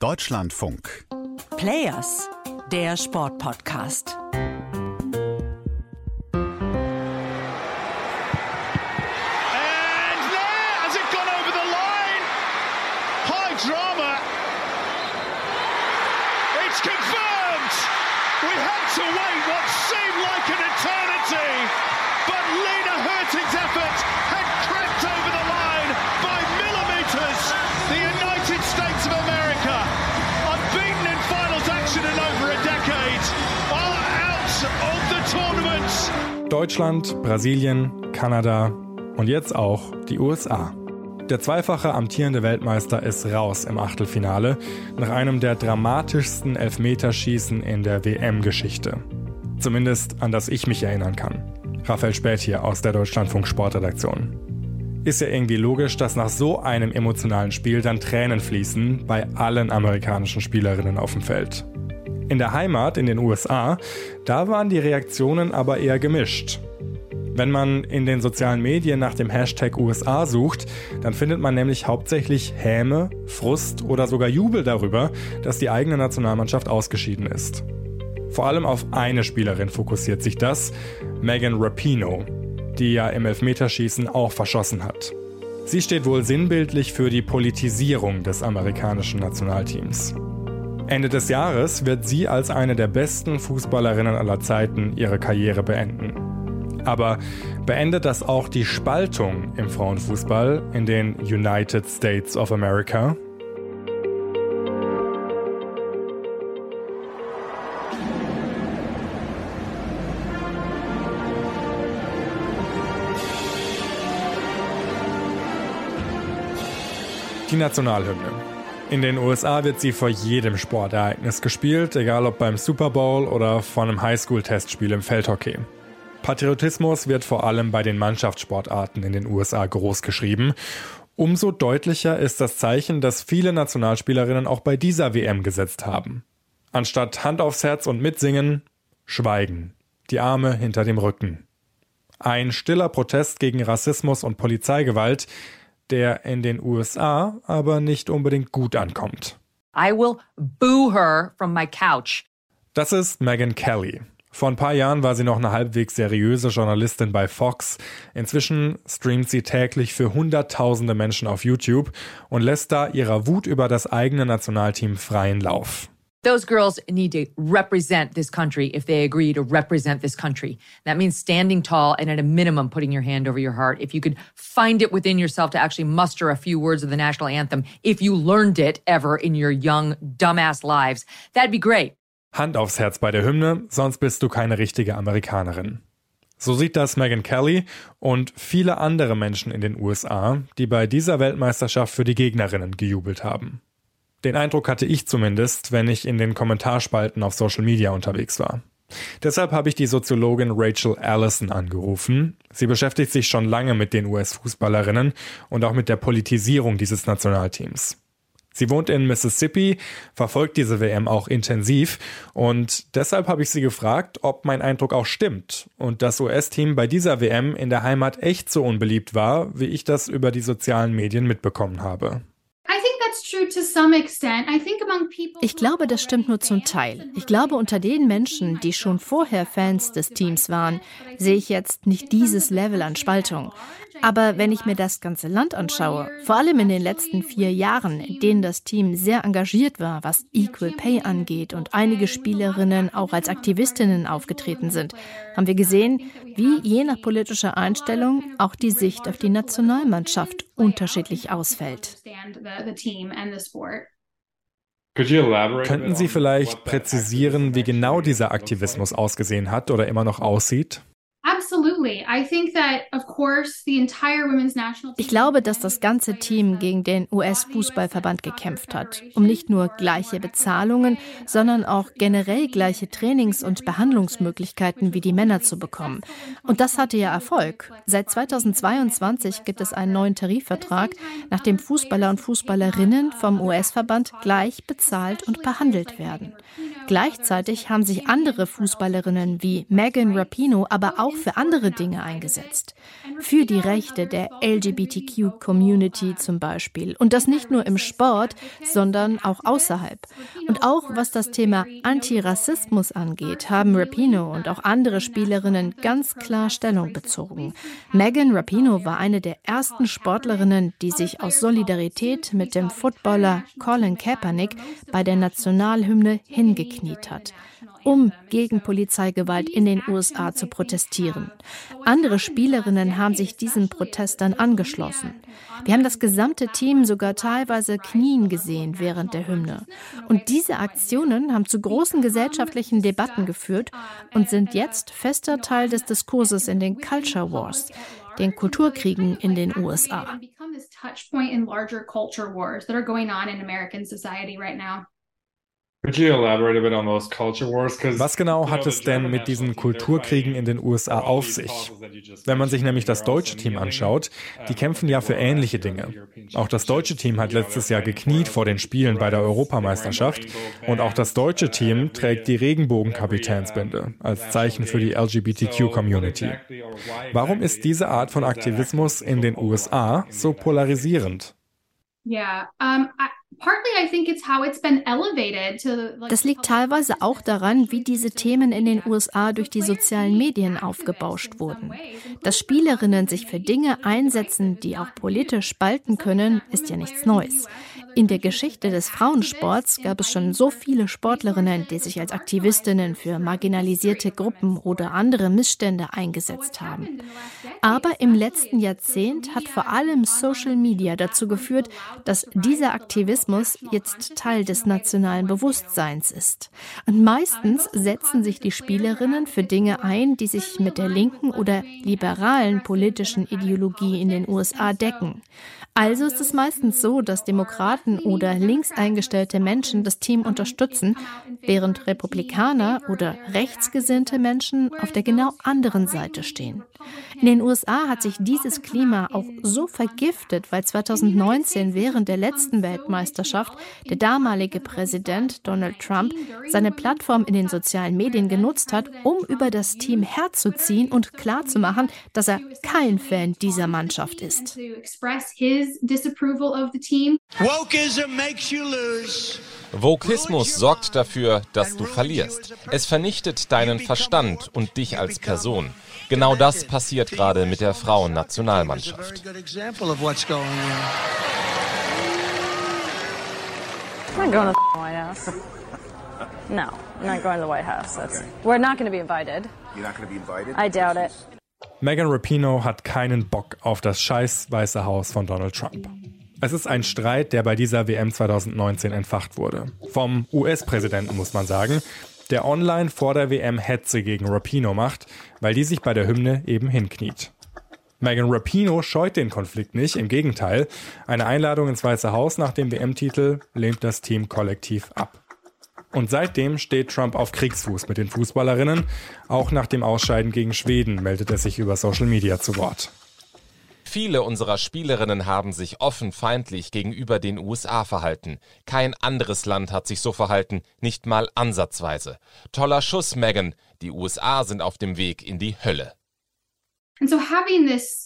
Deutschlandfunk. Players, der Sportpodcast. Deutschland, Brasilien, Kanada und jetzt auch die USA. Der zweifache amtierende Weltmeister ist raus im Achtelfinale nach einem der dramatischsten Elfmeterschießen in der WM-Geschichte. Zumindest an das ich mich erinnern kann. Raphael Späth hier aus der Deutschlandfunk-Sportredaktion. Ist ja irgendwie logisch, dass nach so einem emotionalen Spiel dann Tränen fließen bei allen amerikanischen Spielerinnen auf dem Feld. In der Heimat, in den USA, da waren die Reaktionen aber eher gemischt. Wenn man in den sozialen Medien nach dem Hashtag USA sucht, dann findet man nämlich hauptsächlich Häme, Frust oder sogar Jubel darüber, dass die eigene Nationalmannschaft ausgeschieden ist. Vor allem auf eine Spielerin fokussiert sich das, Megan Rapinoe, die ja im Elfmeterschießen auch verschossen hat. Sie steht wohl sinnbildlich für die Politisierung des amerikanischen Nationalteams. Ende des Jahres wird sie als eine der besten Fußballerinnen aller Zeiten ihre Karriere beenden. Aber beendet das auch die Spaltung im Frauenfußball in den United States of America? Die Nationalhymne. In den USA wird sie vor jedem Sportereignis gespielt, egal ob beim Super Bowl oder vor einem Highschool-Testspiel im Feldhockey. Patriotismus wird vor allem bei den Mannschaftssportarten in den USA groß geschrieben. Umso deutlicher ist das Zeichen, das viele Nationalspielerinnen auch bei dieser WM gesetzt haben. Anstatt Hand aufs Herz und mitsingen, Schweigen, die Arme hinter dem Rücken. Ein stiller Protest gegen Rassismus und Polizeigewalt, der in den USA aber nicht unbedingt gut ankommt. I will boo her from my couch. Das ist Megyn Kelly. Vor ein paar Jahren war sie noch eine halbwegs seriöse Journalistin bei Fox. Inzwischen streamt sie täglich für Hunderttausende Menschen auf YouTube und lässt da ihrer Wut über das eigene Nationalteam freien Lauf. Those girls need to represent this country if they agree to represent this country. That means standing tall and at a minimum putting your hand over your heart. If you could find it within yourself to actually muster a few words of the national anthem, if you learned it ever in your young, dumbass lives, that'd be great. Hand aufs Herz bei der Hymne, sonst bist du keine richtige Amerikanerin. So sieht das Megyn Kelly und viele andere Menschen in den USA, die bei dieser Weltmeisterschaft für die Gegnerinnen gejubelt haben. Den Eindruck hatte ich zumindest, wenn ich in den Kommentarspalten auf Social Media unterwegs war. Deshalb habe ich die Soziologin Rachel Allison angerufen. Sie beschäftigt sich schon lange mit den US-Fußballerinnen und auch mit der Politisierung dieses Nationalteams. Sie wohnt in Mississippi, verfolgt diese WM auch intensiv und deshalb habe ich sie gefragt, ob mein Eindruck auch stimmt und das US-Team bei dieser WM in der Heimat echt so unbeliebt war, wie ich das über die sozialen Medien mitbekommen habe. Ich glaube, das stimmt nur zum Teil. Ich glaube, unter den Menschen, die schon vorher Fans des Teams waren, sehe ich jetzt nicht dieses Level an Spaltung. Aber wenn ich mir das ganze Land anschaue, vor allem in den letzten 4 Jahren, in denen das Team sehr engagiert war, was Equal Pay angeht und einige Spielerinnen auch als Aktivistinnen aufgetreten sind, haben wir gesehen, wie je nach politischer Einstellung auch die Sicht auf die Nationalmannschaft unterschiedlich ausfällt. Könnten Sie vielleicht präzisieren, wie genau dieser Aktivismus ausgesehen hat oder immer noch aussieht? Ich glaube, dass das ganze Team gegen den US-Fußballverband gekämpft hat, um nicht nur gleiche Bezahlungen, sondern auch generell gleiche Trainings- und Behandlungsmöglichkeiten wie die Männer zu bekommen. Und das hatte ja Erfolg. Seit 2022 gibt es einen neuen Tarifvertrag, nach dem Fußballer und Fußballerinnen vom US-Verband gleich bezahlt und behandelt werden. Gleichzeitig haben sich andere Fußballerinnen wie Megan Rapinoe aber auch für andere Dinge eingesetzt. Für die Rechte der LGBTQ-Community zum Beispiel. Und das nicht nur im Sport, sondern auch außerhalb. Und auch was das Thema Antirassismus angeht, haben Rapinoe und auch andere Spielerinnen ganz klar Stellung bezogen. Megan Rapinoe war eine der ersten Sportlerinnen, die sich aus Solidarität mit dem Footballer Colin Kaepernick bei der Nationalhymne hingekniet hat, um gegen Polizeigewalt in den USA zu protestieren. Andere Spielerinnen haben sich diesen Protestern angeschlossen. Wir haben das gesamte Team sogar teilweise knien gesehen während der Hymne. Und diese Aktionen haben zu großen gesellschaftlichen Debatten geführt und sind jetzt fester Teil des Diskurses in den Culture Wars, den Kulturkriegen in den USA. Was genau hat es denn mit diesen Kulturkriegen in den USA auf sich? Wenn man sich nämlich das deutsche Team anschaut, die kämpfen ja für ähnliche Dinge. Auch das deutsche Team hat letztes Jahr gekniet vor den Spielen bei der Europameisterschaft und auch das deutsche Team trägt die Regenbogen-Kapitänsbinde als Zeichen für die LGBTQ-Community. Warum ist diese Art von Aktivismus in den USA so polarisierend? Das liegt teilweise auch daran, wie diese Themen in den USA durch die sozialen Medien aufgebauscht wurden. Dass Spielerinnen sich für Dinge einsetzen, die auch politisch spalten können, ist ja nichts Neues. In der Geschichte des Frauensports gab es schon so viele Sportlerinnen, die sich als Aktivistinnen für marginalisierte Gruppen oder andere Missstände eingesetzt haben. Aber im letzten Jahrzehnt hat vor allem Social Media dazu geführt, dass dieser Aktivismus jetzt Teil des nationalen Bewusstseins ist. Und meistens setzen sich die Spielerinnen für Dinge ein, die sich mit der linken oder liberalen politischen Ideologie in den USA decken. Also ist es meistens so, dass Demokraten oder links eingestellte Menschen das Team unterstützen, während Republikaner oder rechtsgesinnte Menschen auf der genau anderen Seite stehen. In den USA hat sich dieses Klima auch so vergiftet, weil 2019 während der letzten Weltmeisterschaft der damalige Präsident Donald Trump seine Plattform in den sozialen Medien genutzt hat, um über das Team herzuziehen und klarzumachen, dass er kein Fan dieser Mannschaft ist. Wokismus sorgt dafür, dass du verlierst. Es vernichtet deinen Verstand und dich als Person. Genau das passiert gerade mit der Frauennationalmannschaft. I'm not going to the White House. No, I'm not going to the White House. We're not going to be invited. You're not going to be invited? I doubt it. Megan Rapinoe hat keinen Bock auf das scheiß Weiße Haus von Donald Trump. Es ist ein Streit, der bei dieser WM 2019 entfacht wurde. Vom US-Präsidenten, muss man sagen, der online vor der WM Hetze gegen Rapinoe macht, weil die sich bei der Hymne eben hinkniet. Megan Rapinoe scheut den Konflikt nicht, im Gegenteil. Eine Einladung ins Weiße Haus nach dem WM-Titel lehnt das Team kollektiv ab. Und seitdem steht Trump auf Kriegsfuß mit den Fußballerinnen. Auch nach dem Ausscheiden gegen Schweden meldet er sich über Social Media zu Wort. Viele unserer Spielerinnen haben sich offen feindlich gegenüber den USA verhalten. Kein anderes Land hat sich so verhalten, nicht mal ansatzweise. Toller Schuss, Megan. Die USA sind auf dem Weg in die Hölle. And so having this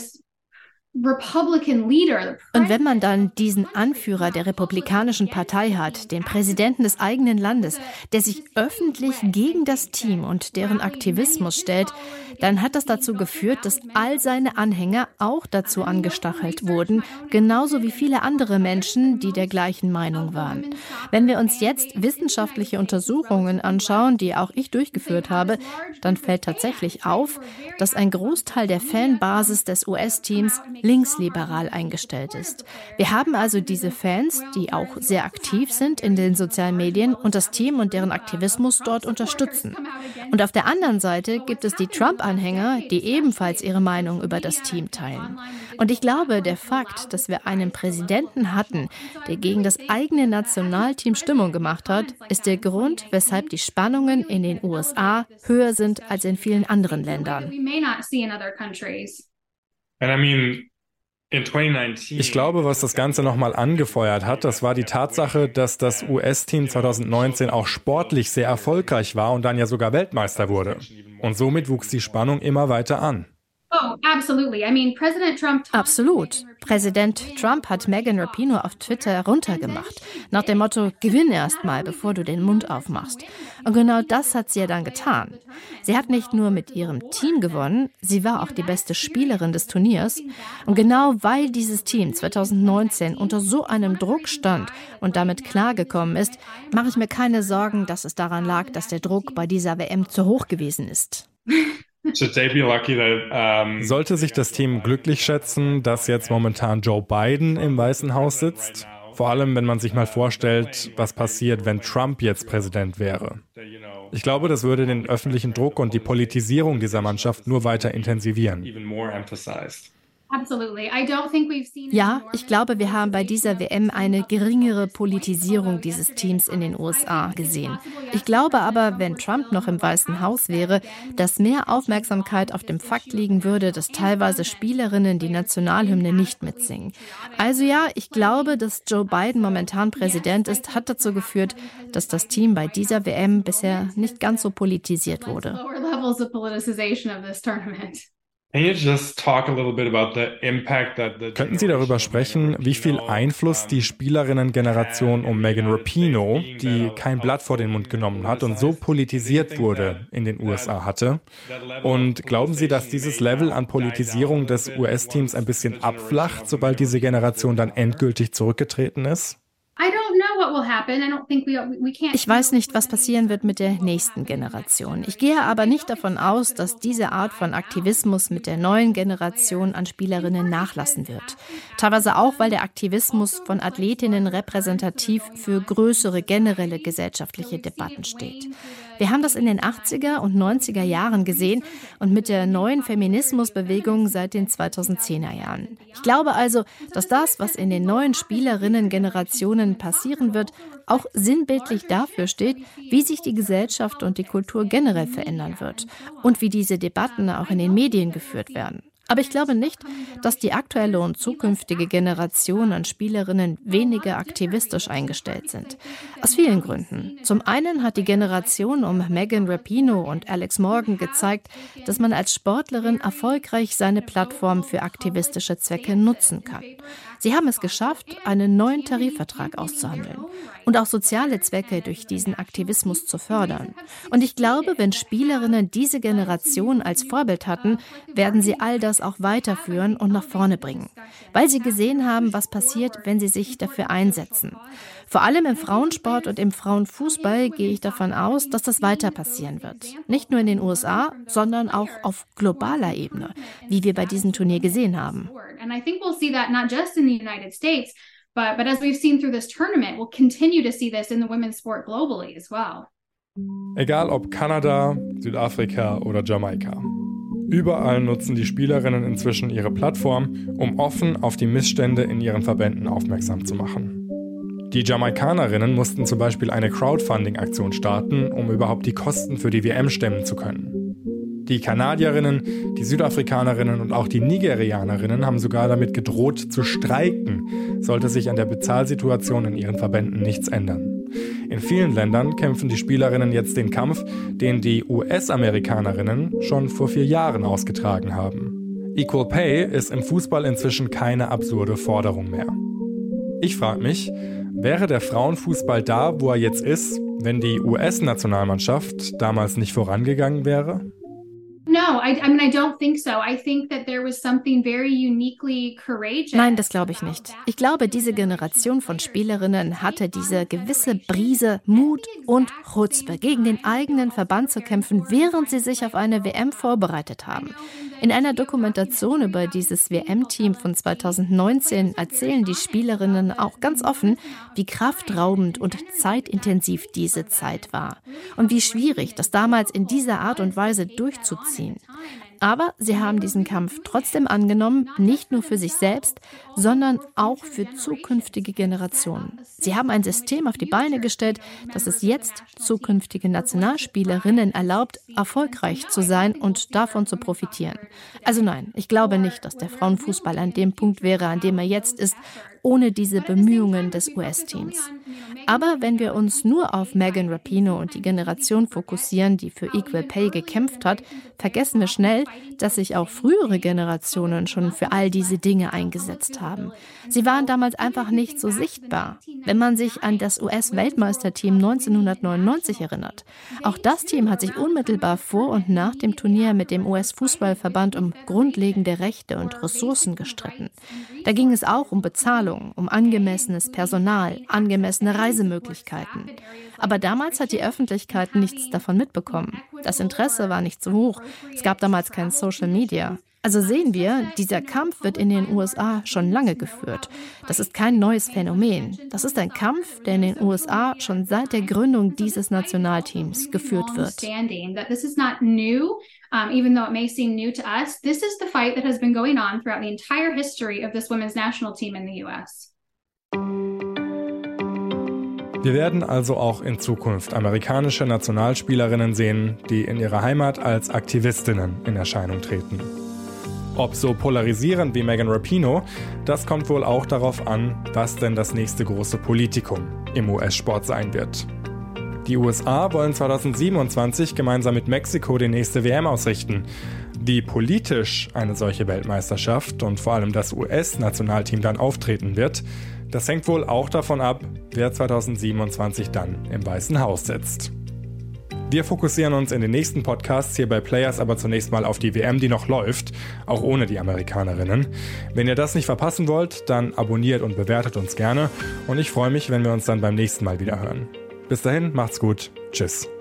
Republican leader. Und wenn man dann diesen Anführer der Republikanischen Partei hat, den Präsidenten des eigenen Landes, der sich öffentlich gegen das Team und deren Aktivismus stellt, dann hat das dazu geführt, dass all seine Anhänger auch dazu angestachelt wurden, genauso wie viele andere Menschen, die der gleichen Meinung waren. Wenn wir uns jetzt wissenschaftliche Untersuchungen anschauen, die auch ich durchgeführt habe, dann fällt tatsächlich auf, dass ein Großteil der Fanbasis des US-Teams linksliberal eingestellt ist. Wir haben also diese Fans, die auch sehr aktiv sind in den sozialen Medien und das Team und deren Aktivismus dort unterstützen. Und auf der anderen Seite gibt es die Trump-Anhänger, die ebenfalls ihre Meinung über das Team teilen. Und ich glaube, der Fakt, dass wir einen Präsidenten hatten, der gegen das eigene Nationalteam Stimmung gemacht hat, ist der Grund, weshalb die Spannungen in den USA höher sind als in vielen anderen Ländern. And I mean, Ich glaube, was das Ganze nochmal angefeuert hat, das war die Tatsache, dass das US-Team 2019 auch sportlich sehr erfolgreich war und dann ja sogar Weltmeister wurde. Und somit wuchs die Spannung immer weiter an. Oh, absolutely. I mean, Absolut. Präsident Trump hat Megan Rapinoe auf Twitter heruntergemacht. Nach dem Motto, gewinn erst mal, bevor du den Mund aufmachst. Und genau das hat sie ja dann getan. Sie hat nicht nur mit ihrem Team gewonnen, sie war auch die beste Spielerin des Turniers. Und genau weil dieses Team 2019 unter so einem Druck stand und damit klargekommen ist, mache ich mir keine Sorgen, dass es daran lag, dass der Druck bei dieser WM zu hoch gewesen ist. Sollte sich das Team glücklich schätzen, dass jetzt momentan Joe Biden im Weißen Haus sitzt? Vor allem, wenn man sich mal vorstellt, was passiert, wenn Trump jetzt Präsident wäre. Ich glaube, das würde den öffentlichen Druck und die Politisierung dieser Mannschaft nur weiter intensivieren. Ja, ich glaube, wir haben bei dieser WM eine geringere Politisierung dieses Teams in den USA gesehen. Ich glaube aber, wenn Trump noch im Weißen Haus wäre, dass mehr Aufmerksamkeit auf dem Fakt liegen würde, dass teilweise Spielerinnen die Nationalhymne nicht mitsingen. Also ja, ich glaube, dass Joe Biden momentan Präsident ist, hat dazu geführt, dass das Team bei dieser WM bisher nicht ganz so politisiert wurde. Könnten Sie darüber sprechen, wie viel Einfluss die Spielerinnen-Generation um Megan Rapinoe, die kein Blatt vor den Mund genommen hat und so politisiert wurde, in den USA hatte? Und glauben Sie, dass dieses Level an Politisierung des US-Teams ein bisschen abflacht, sobald diese Generation dann endgültig zurückgetreten ist? Ich weiß nicht, was passieren wird mit der nächsten Generation. Ich gehe aber nicht davon aus, dass diese Art von Aktivismus mit der neuen Generation an Spielerinnen nachlassen wird. Teilweise auch, weil der Aktivismus von Athletinnen repräsentativ für größere generelle gesellschaftliche Debatten steht. Wir haben das in den 80er und 90er Jahren gesehen und mit der neuen Feminismusbewegung seit den 2010er Jahren. Ich glaube also, dass das, was in den neuen Spielerinnen-Generationen passieren wird, auch sinnbildlich dafür steht, wie sich die Gesellschaft und die Kultur generell verändern wird und wie diese Debatten auch in den Medien geführt werden. Aber ich glaube nicht, dass die aktuelle und zukünftige Generation an Spielerinnen weniger aktivistisch eingestellt sind. Aus vielen Gründen. Zum einen hat die Generation um Megan Rapinoe und Alex Morgan gezeigt, dass man als Sportlerin erfolgreich seine Plattform für aktivistische Zwecke nutzen kann. Sie haben es geschafft, einen neuen Tarifvertrag auszuhandeln und auch soziale Zwecke durch diesen Aktivismus zu fördern. Und ich glaube, wenn Spielerinnen diese Generation als Vorbild hatten, werden sie all das auch weiterführen und nach vorne bringen, weil sie gesehen haben, was passiert, wenn sie sich dafür einsetzen. Vor allem im Frauensport und im Frauenfußball gehe ich davon aus, dass das weiter passieren wird. Nicht nur in den USA, sondern auch auf globaler Ebene, wie wir bei diesem Turnier gesehen haben. But as we've seen through this tournament, we'll continue to see this in the women's sport globally as well. Egal ob Kanada, Südafrika oder Jamaika. Überall nutzen die Spielerinnen inzwischen ihre Plattform, um offen auf die Missstände in ihren Verbänden aufmerksam zu machen. Die Jamaikanerinnen mussten zum Beispiel eine Crowdfunding-Aktion starten, um überhaupt die Kosten für die WM stemmen zu können. Die Kanadierinnen, die Südafrikanerinnen und auch die Nigerianerinnen haben sogar damit gedroht zu streiken, sollte sich an der Bezahlsituation in ihren Verbänden nichts ändern. In vielen Ländern kämpfen die Spielerinnen jetzt den Kampf, den die US-Amerikanerinnen schon vor 4 Jahren ausgetragen haben. Equal Pay ist im Fußball inzwischen keine absurde Forderung mehr. Ich frage mich, wäre der Frauenfußball da, wo er jetzt ist, wenn die US-Nationalmannschaft damals nicht vorangegangen wäre? Nein, das glaube ich nicht. Ich glaube, diese Generation von Spielerinnen hatte diese gewisse Brise Mut und Chutzpe, gegen den eigenen Verband zu kämpfen, während sie sich auf eine WM vorbereitet haben. In einer Dokumentation über dieses WM-Team von 2019 erzählen die Spielerinnen auch ganz offen, wie kraftraubend und zeitintensiv diese Zeit war und wie schwierig das damals in dieser Art und Weise durchzuziehen. Aber sie haben diesen Kampf trotzdem angenommen, nicht nur für sich selbst, sondern auch für zukünftige Generationen. Sie haben ein System auf die Beine gestellt, das es jetzt zukünftige Nationalspielerinnen erlaubt, erfolgreich zu sein und davon zu profitieren. Also nein, ich glaube nicht, dass der Frauenfußball an dem Punkt wäre, an dem er jetzt ist, ohne diese Bemühungen des US-Teams. Aber wenn wir uns nur auf Megan Rapinoe und die Generation fokussieren, die für Equal Pay gekämpft hat, vergessen wir schnell, dass sich auch frühere Generationen schon für all diese Dinge eingesetzt haben. Sie waren damals einfach nicht so sichtbar. Wenn man sich an das US-Weltmeisterteam 1999 erinnert. Auch das Team hat sich unmittelbar vor und nach dem Turnier mit dem US-Fußballverband um grundlegende Rechte und Ressourcen gestritten. Da ging es auch um Bezahlung, um angemessenes Personal, angemessene Reisemöglichkeiten. Aber damals hat die Öffentlichkeit nichts davon mitbekommen. Das Interesse war nicht so hoch. Es gab damals kein Social Media. Also sehen wir, dieser Kampf wird in den USA schon lange geführt. Das ist kein neues Phänomen. Das ist ein Kampf, der in den USA schon seit der Gründung dieses Nationalteams geführt wird. Even though it may seem new to us, this is the fight that has been going on throughout the entire history of this women's national team in the US. Wir werden also auch in Zukunft amerikanische Nationalspielerinnen sehen, die in ihrer Heimat als Aktivistinnen in Erscheinung treten. Ob so polarisierend wie Megan Rapinoe, das kommt wohl auch darauf an, was denn das nächste große Politikum im US-Sport sein wird. Die USA wollen 2027 gemeinsam mit Mexiko die nächste WM ausrichten. Wie politisch eine solche Weltmeisterschaft und vor allem das US-Nationalteam dann auftreten wird, das hängt wohl auch davon ab, wer 2027 dann im Weißen Haus sitzt. Wir fokussieren uns in den nächsten Podcasts hier bei Players aber zunächst mal auf die WM, die noch läuft, auch ohne die Amerikanerinnen. Wenn ihr das nicht verpassen wollt, dann abonniert und bewertet uns gerne und ich freue mich, wenn wir uns dann beim nächsten Mal wieder hören. Bis dahin, macht's gut. Tschüss.